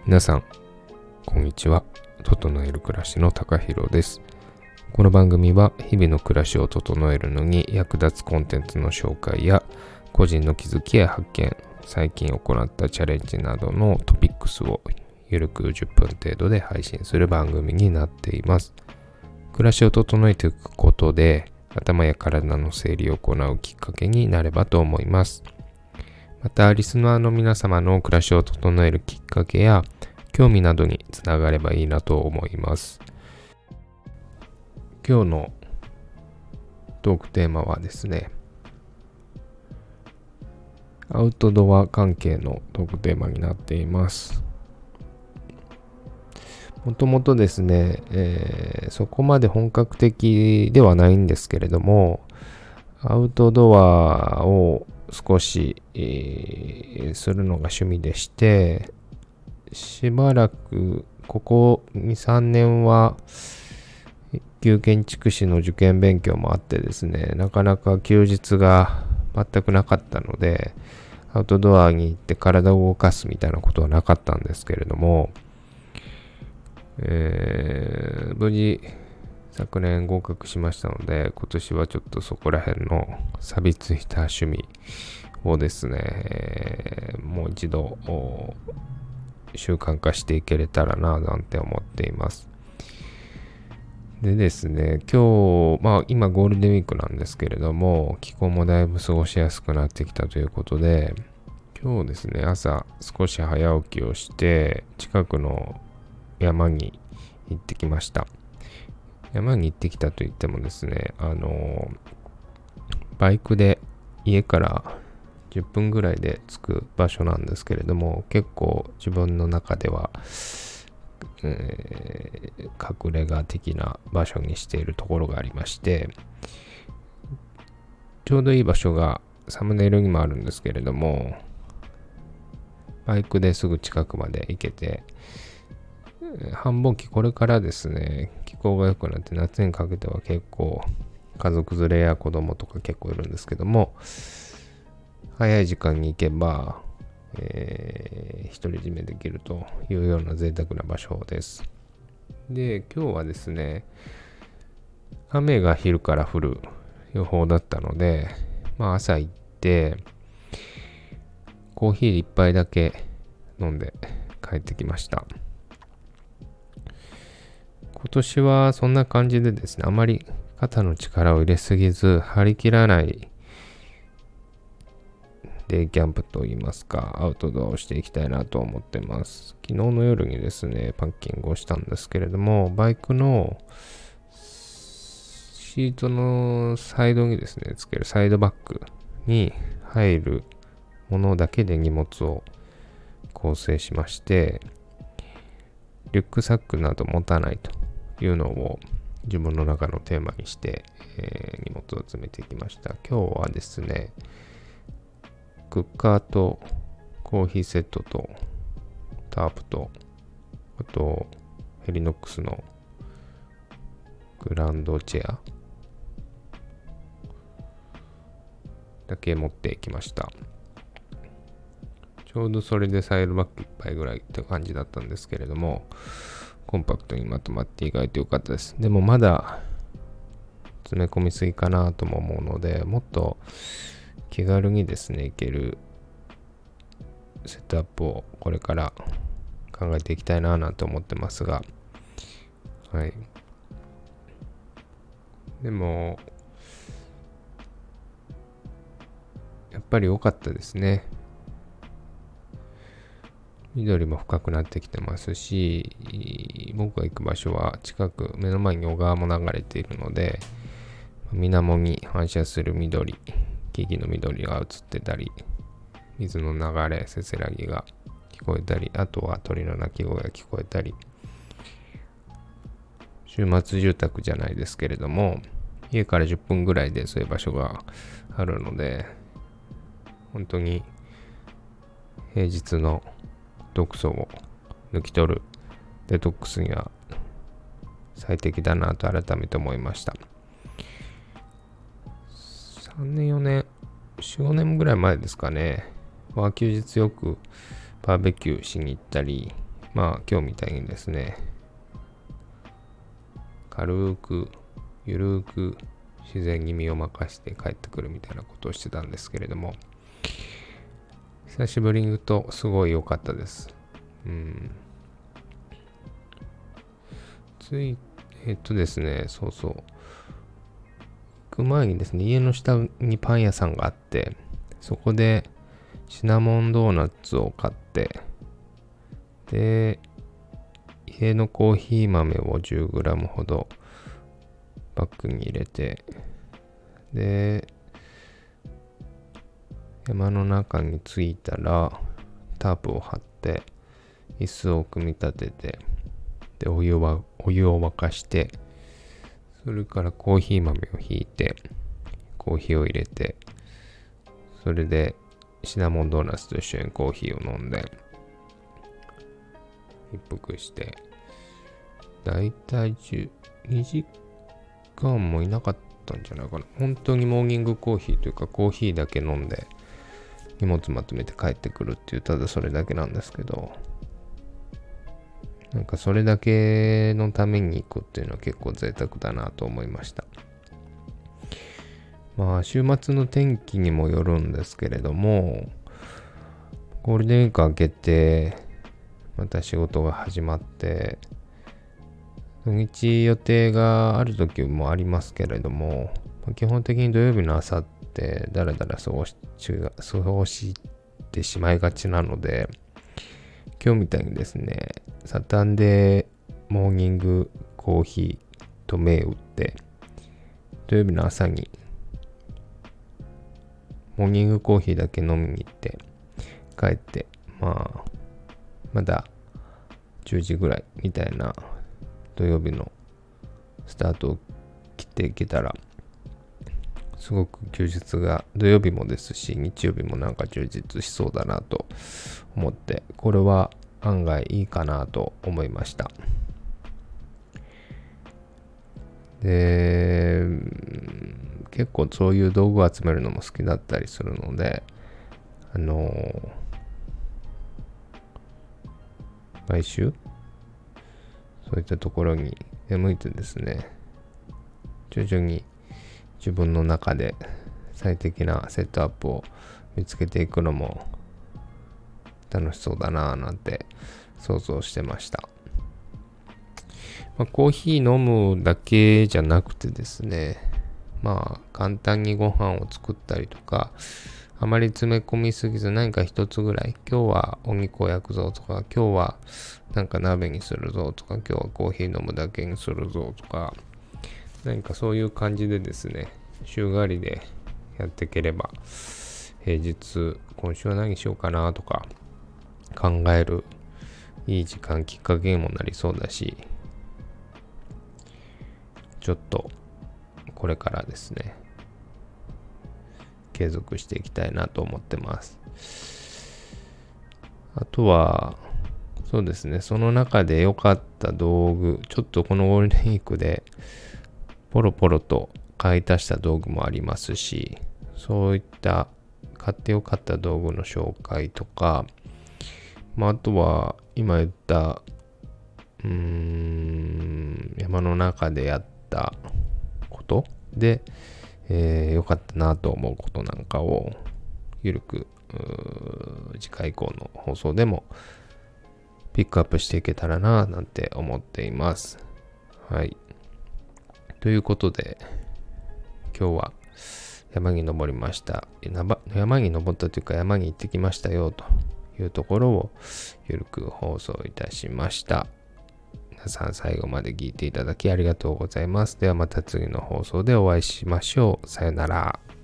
皆さんこんにちは。整える暮らしの高弘です。この番組は日々の暮らしを整えるのに役立つコンテンツの紹介や個人の気づきや発見、最近行ったチャレンジなどのトピックスをゆるく10分程度で配信する番組になっています。暮らしを整えていくことで頭や体の整理を行うきっかけになればと思います。またリスナーの皆様の暮らしを整えるきっかけや興味などにつながればいいなと思います。今日のトークテーマはですね、アウトドア関係のトークテーマになっています。もともとですね、そこまで本格的ではないんですけれども、アウトドアを少し、するのが趣味でして、しばらくここ 2,3 年は旧建築士の受験勉強もあってですね、なかなか休日が全くなかったので、アウトドアに行って体を動かすみたいなことはなかったんですけれども、無事昨年合格しましたので、今年はちょっとそこら辺の錆びついた趣味をですね、もう一度習慣化していけれたらななんて思っています。でですね、今日、今ゴールデンウィークなんですけれども、気候もだいぶ過ごしやすくなってきたということで、今日ですね、朝少し早起きをして近くの山に行ってきました。山に行ってきたといってもですね、バイクで家から10分ぐらいで着く場所なんですけれども、結構自分の中では、隠れ家的な場所にしているところがありまして、ちょうどいい場所がサムネイルにもあるんですけれども、バイクですぐ近くまで行けて、繁忙期これからですね、気候が良くなって夏にかけては結構家族連れや子供とか結構いるんですけども、早い時間に行けば、独り占めできるというような贅沢な場所です。で、今日はですね、雨が昼から降る予報だったので、朝行ってコーヒー一杯だけ飲んで帰ってきました。今年はそんな感じでですね、あまり肩の力を入れすぎず張り切らないデイキャンプといいますか、アウトドアをしていきたいなと思ってます。昨日の夜にですね、パッキングをしたんですけれども、バイクのシートのサイドにですね、つけるサイドバッグに入るものだけで荷物を構成しまして、リュックサックなど持たないというのを自分の中のテーマにして、荷物を詰めていきました。今日はですね、クッカーとコーヒーセットとタープと、あとヘリノックスのグランドチェアだけ持っていきました。ちょうどそれでサイドバッグ1杯ぐらいって感じだったんですけれども、コンパクトにまとまって意外と良かったです。でもまだ詰め込みすぎかなとも思うので、もっと気軽にですね、いけるセットアップをこれから考えていきたいななんて思ってますが、はい。でも、やっぱり良かったですね。緑も深くなってきてますし、僕が行く場所は近く、目の前に小川も流れているので、水面に反射する緑、木々の緑が映ってたり、水の流れ、せせらぎが聞こえたり、あとは鳥の鳴き声が聞こえたり、週末住宅じゃないですけれども、家から10分ぐらいでそういう場所があるので、本当に平日の毒素を抜き取るデトックスには最適だなと改めて思いました。3年4年4、5年ぐらい前ですかねは休日よくバーベキューしに行ったり、 まあ今日みたいにですね、軽くゆるく自然に身を任せて帰ってくるみたいなことをしてたんですけれども、久しぶりに言うとすごい良かったです。ですね、そうそう。行く前にですね、家の下にパン屋さんがあって、そこでシナモンドーナツを買って、で、家のコーヒー豆を 10g ほどバッグに入れて、で、山の中に着いたらタープを張って椅子を組み立てて、でお湯を沸かして、それからコーヒー豆をひいてコーヒーを入れて、それでシナモンドーナツと一緒にコーヒーを飲んで一服して、だいたい2時間もいなかったんじゃないかな。本当にモーニングコーヒーというかコーヒーだけ飲んで荷物まとめて帰ってくるっていう、ただそれだけなんですけど、なんかそれだけのために行くっていうのは結構贅沢だなと思いました。まあ週末の天気にもよるんですけれども、ゴールデンウィーク明けてまた仕事が始まって、土日予定がある時もありますけれども、基本的に土曜日の朝ってだらだら過ごしてしまいがちなので、今日みたいにですね、サタンデーモーニングコーヒーと銘打って、土曜日の朝にモーニングコーヒーだけ飲みに行って帰って、まだ10時ぐらいみたいな土曜日のスタートを切っていけたら、すごく休日が土曜日もですし日曜日もなんか充実しそうだなと思って、これは案外いいかなと思いました。で、結構そういう道具を集めるのも好きだったりするので、毎週そういったところに出向いてですね、徐々に自分の中で最適なセットアップを見つけていくのも楽しそうだなぁなんて想像してました。コーヒー飲むだけじゃなくてですね、簡単にご飯を作ったりとか、あまり詰め込みすぎず何か一つぐらい、今日はお肉を焼くぞとか、今日はなんか鍋にするぞとか、今日はコーヒー飲むだけにするぞとか、何かそういう感じでですね、週替わりでやっていければ、平日今週は何しようかなとか考えるいい時間、きっかけにもなりそうだし、ちょっとこれからですね、継続していきたいなと思ってます。あとはそうですね、その中で良かった道具、ちょっとこのゴールデンウィークでポロポロと買い足した道具もありますし、そういった買って良かった道具の紹介とか、あとは今言った山の中でやったことで、良かったなと思うことなんかをゆるく次回以降の放送でもピックアップしていけたらななんて思っています。はい。ということで今日は山に登りました。山に登ったというか山に行ってきましたよというところをゆるく放送いたしました。皆さん最後まで聞いていただきありがとうございます。ではまた次の放送でお会いしましょう。さよなら。